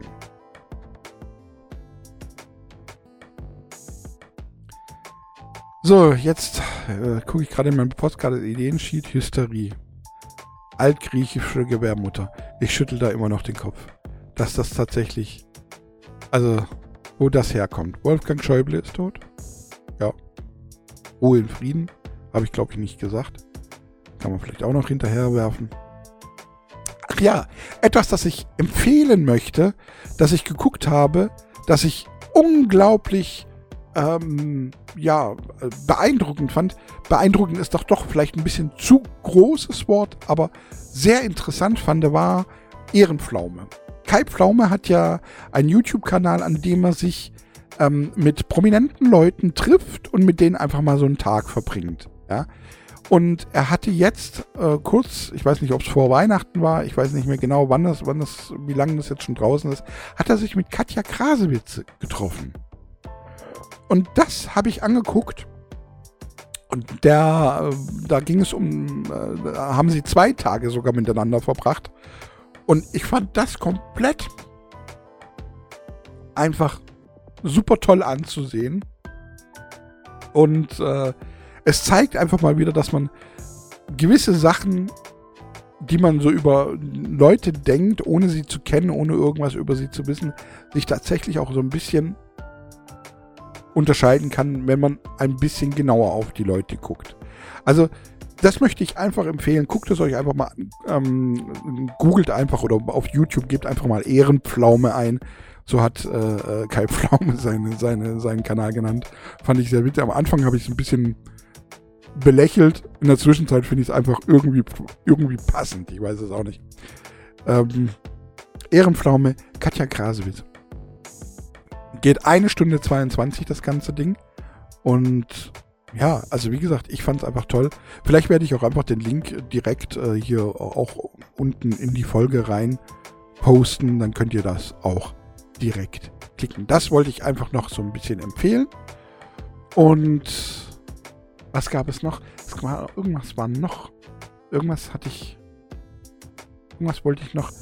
So, jetzt gucke ich gerade in meinem Podcast-Ideensheet. Hysterie. Altgriechische Gebärmutter. Ich schüttel da immer noch den Kopf. Dass das tatsächlich, also wo das herkommt. Wolfgang Schäuble ist tot. Ja. Ruhe in Frieden. Habe ich, glaube ich, nicht gesagt. Kann man vielleicht auch noch hinterher werfen. Ach ja, etwas, das ich empfehlen möchte, dass ich geguckt habe, dass ich unglaublich beeindruckend fand. Beeindruckend ist doch vielleicht ein bisschen zu großes Wort, aber sehr interessant fand, war Ehrenpflaume. Kai Pflaume hat ja einen YouTube-Kanal, an dem er sich mit prominenten Leuten trifft und mit denen einfach mal so einen Tag verbringt. Ja? Und er hatte jetzt kurz, ich weiß nicht, ob es vor Weihnachten war, ich weiß nicht mehr genau, wie lange das jetzt schon draußen ist, hat er sich mit Katja Krasewitz getroffen. Und das habe ich angeguckt. Und da ging es da haben sie 2 Tage sogar miteinander verbracht. Und ich fand das komplett einfach super toll anzusehen. Und es zeigt einfach mal wieder, dass man gewisse Sachen, die man so über Leute denkt, ohne sie zu kennen, ohne irgendwas über sie zu wissen, sich tatsächlich auch so ein bisschen unterscheiden kann, wenn man ein bisschen genauer auf die Leute guckt. Also das möchte ich einfach empfehlen. Guckt es euch einfach mal an. Googelt einfach oder auf YouTube gebt einfach mal Ehrenpflaume ein. So hat Kai Pflaume seinen Kanal genannt. Fand ich sehr witzig. Am Anfang habe ich es ein bisschen belächelt. In der Zwischenzeit finde ich es einfach irgendwie passend. Ich weiß es auch nicht. Ehrenpflaume, Katja Krasewitz. Geht 1 Stunde 22 das ganze Ding. Und ja, also wie gesagt, ich fand es einfach toll. Vielleicht werde ich auch einfach den Link direkt hier auch unten in die Folge rein posten. Dann könnt ihr das auch direkt klicken. Das wollte ich einfach noch so ein bisschen empfehlen. Und was gab es noch? Irgendwas war noch. Irgendwas wollte ich noch.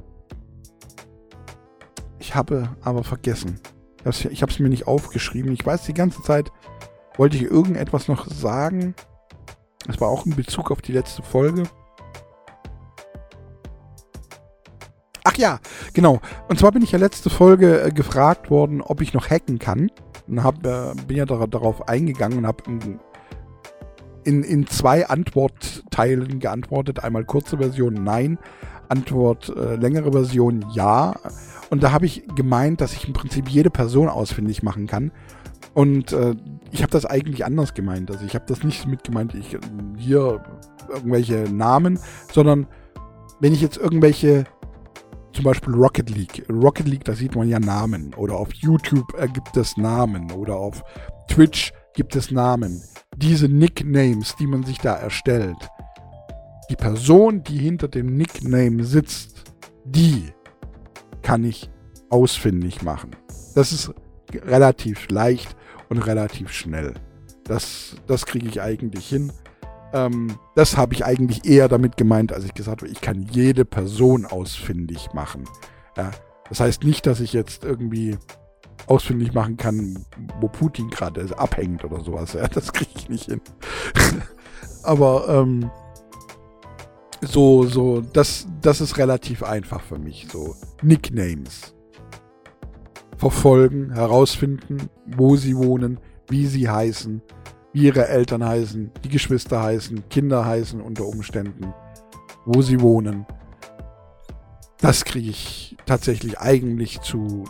Ich habe aber vergessen. Ich habe es mir nicht aufgeschrieben. Ich weiß, die ganze Zeit wollte ich irgendetwas noch sagen. Das war auch in Bezug auf die letzte Folge. Ach ja, genau. Und zwar bin ich ja letzte Folge gefragt worden, ob ich noch hacken kann. Und bin ja darauf eingegangen und habe in 2 Antwortteilen geantwortet. Einmal kurze Version nein, Antwort längere Version ja. Und da habe ich gemeint, dass ich im Prinzip jede Person ausfindig machen kann. Und ich habe das eigentlich anders gemeint. Also ich habe das nicht mit gemeint, hier irgendwelche Namen, sondern wenn ich jetzt irgendwelche, zum Beispiel Rocket League, da sieht man ja Namen. Oder auf YouTube gibt es Namen. Oder auf Twitch gibt es Namen. Diese Nicknames, die man sich da erstellt. Die Person, die hinter dem Nickname sitzt, die kann ich ausfindig machen. Das ist relativ leicht und relativ schnell. Das kriege ich eigentlich hin. Das habe ich eigentlich eher damit gemeint, als ich gesagt habe, ich kann jede Person ausfindig machen. Ja, das heißt nicht, dass ich jetzt irgendwie ausfindig machen kann, wo Putin gerade abhängt oder sowas. Ja, das kriege ich nicht hin. Aber das ist relativ einfach für mich. So Nicknames. Verfolgen, herausfinden, wo sie wohnen, wie sie heißen, wie ihre Eltern heißen, die Geschwister heißen, Kinder heißen unter Umständen, wo sie wohnen. Das kriege ich tatsächlich eigentlich zu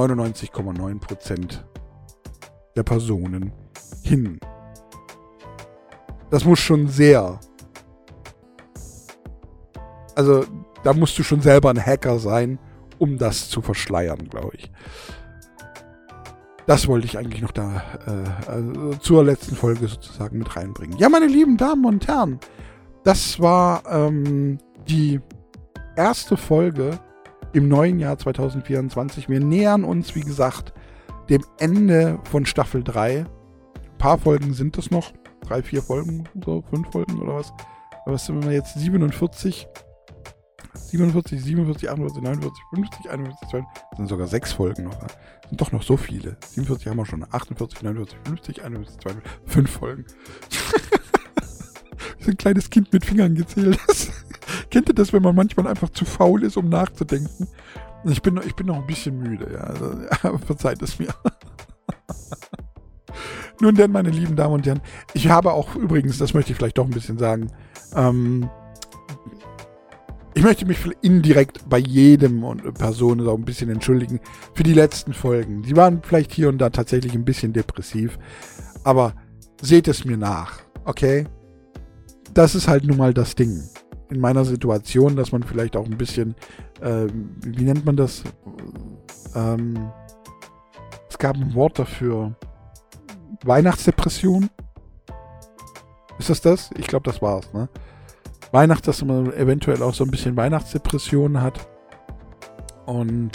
99,9% der Personen hin. Das muss schon sehr... Also da musst du schon selber ein Hacker sein, um das zu verschleiern, glaube ich. Das wollte ich eigentlich noch da zur letzten Folge sozusagen mit reinbringen. Ja, meine lieben Damen und Herren, das war die erste Folge im neuen Jahr 2024. Wir nähern uns, wie gesagt, dem Ende von Staffel 3. Ein paar Folgen sind es noch. 3, 4 Folgen, so 5 Folgen oder was. Aber was sind wir jetzt? 47, 48, 49, 49, 50, 51, 52. Das sind sogar 6 Folgen noch. Das sind doch noch so viele. 47 haben wir schon. 48, 49, 50, 51, 52, 5 Folgen. Wie ein kleines Kind mit Fingern gezählt. Kennt ihr das, wenn man manchmal einfach zu faul ist, um nachzudenken? Ich bin noch ein bisschen müde, ja. Also, ja, verzeiht es mir. Nun denn, meine lieben Damen und Herren, ich habe auch übrigens, das möchte ich vielleicht doch ein bisschen sagen, ich möchte mich indirekt bei jedem und Person auch ein bisschen entschuldigen für die letzten Folgen. Die waren vielleicht hier und da tatsächlich ein bisschen depressiv, aber seht es mir nach, okay? Das ist halt nun mal das Ding in meiner Situation, dass man vielleicht auch ein bisschen, wie nennt man das? Es gab ein Wort dafür. Weihnachtsdepression? Ist das das? Ich glaube, das war's, ne? Dass man eventuell auch so ein bisschen Weihnachtsdepressionen hat. Und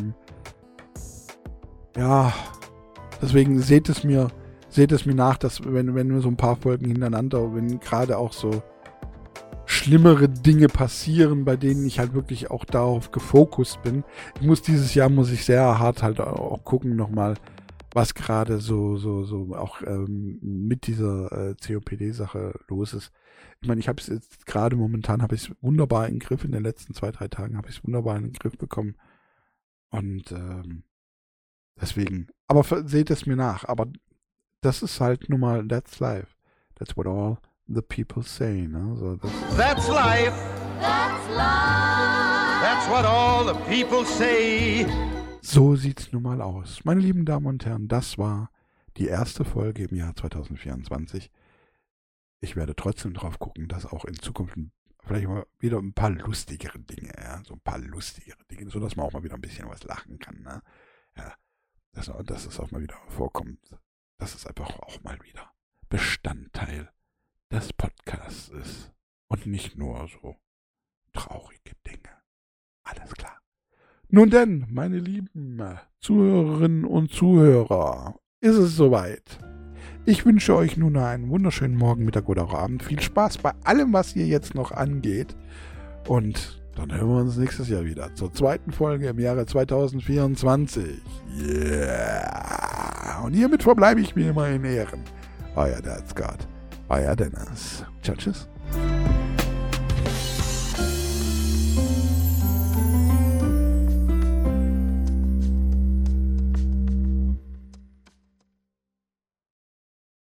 ja, deswegen seht es mir nach, dass wenn wir so ein paar Folgen hintereinander, wenn gerade auch so schlimmere Dinge passieren, bei denen ich halt wirklich auch darauf gefokust bin. Dieses Jahr muss ich sehr hart halt auch gucken nochmal, was gerade so auch mit dieser COPD-Sache los ist. Ich meine, ich habe es jetzt gerade momentan, habe ich es wunderbar in den Griff, in den letzten 2, 3 Tagen habe ich es wunderbar in den Griff bekommen. Und deswegen, aber seht es mir nach, aber das ist halt nun mal, that's life. That's what all the people say, ne? So, that's life. That's life. That's what all the people say. So sieht's nun mal aus. Meine lieben Damen und Herren, das war die erste Folge im Jahr 2024. Ich werde trotzdem drauf gucken, dass auch in Zukunft vielleicht mal wieder ein paar lustigere Dinge, ja, so ein paar lustigere Dinge, sodass man auch mal wieder ein bisschen was lachen kann, ne? Ja, dass es auch mal wieder vorkommt. Das ist einfach auch mal wieder Bestandteil des Podcasts ist. Und nicht nur so traurige Dinge. Alles klar. Nun denn, meine lieben Zuhörerinnen und Zuhörer, ist es soweit. Ich wünsche euch nun einen wunderschönen Morgen, Mittag oder auch Abend. Viel Spaß bei allem, was hier jetzt noch angeht. Und dann hören wir uns nächstes Jahr wieder zur zweiten Folge im Jahre 2024. Yeah! Und hiermit verbleibe ich wie immer in Ehren. Euer Dad's God, euer Dennis. Ciao, tschüss.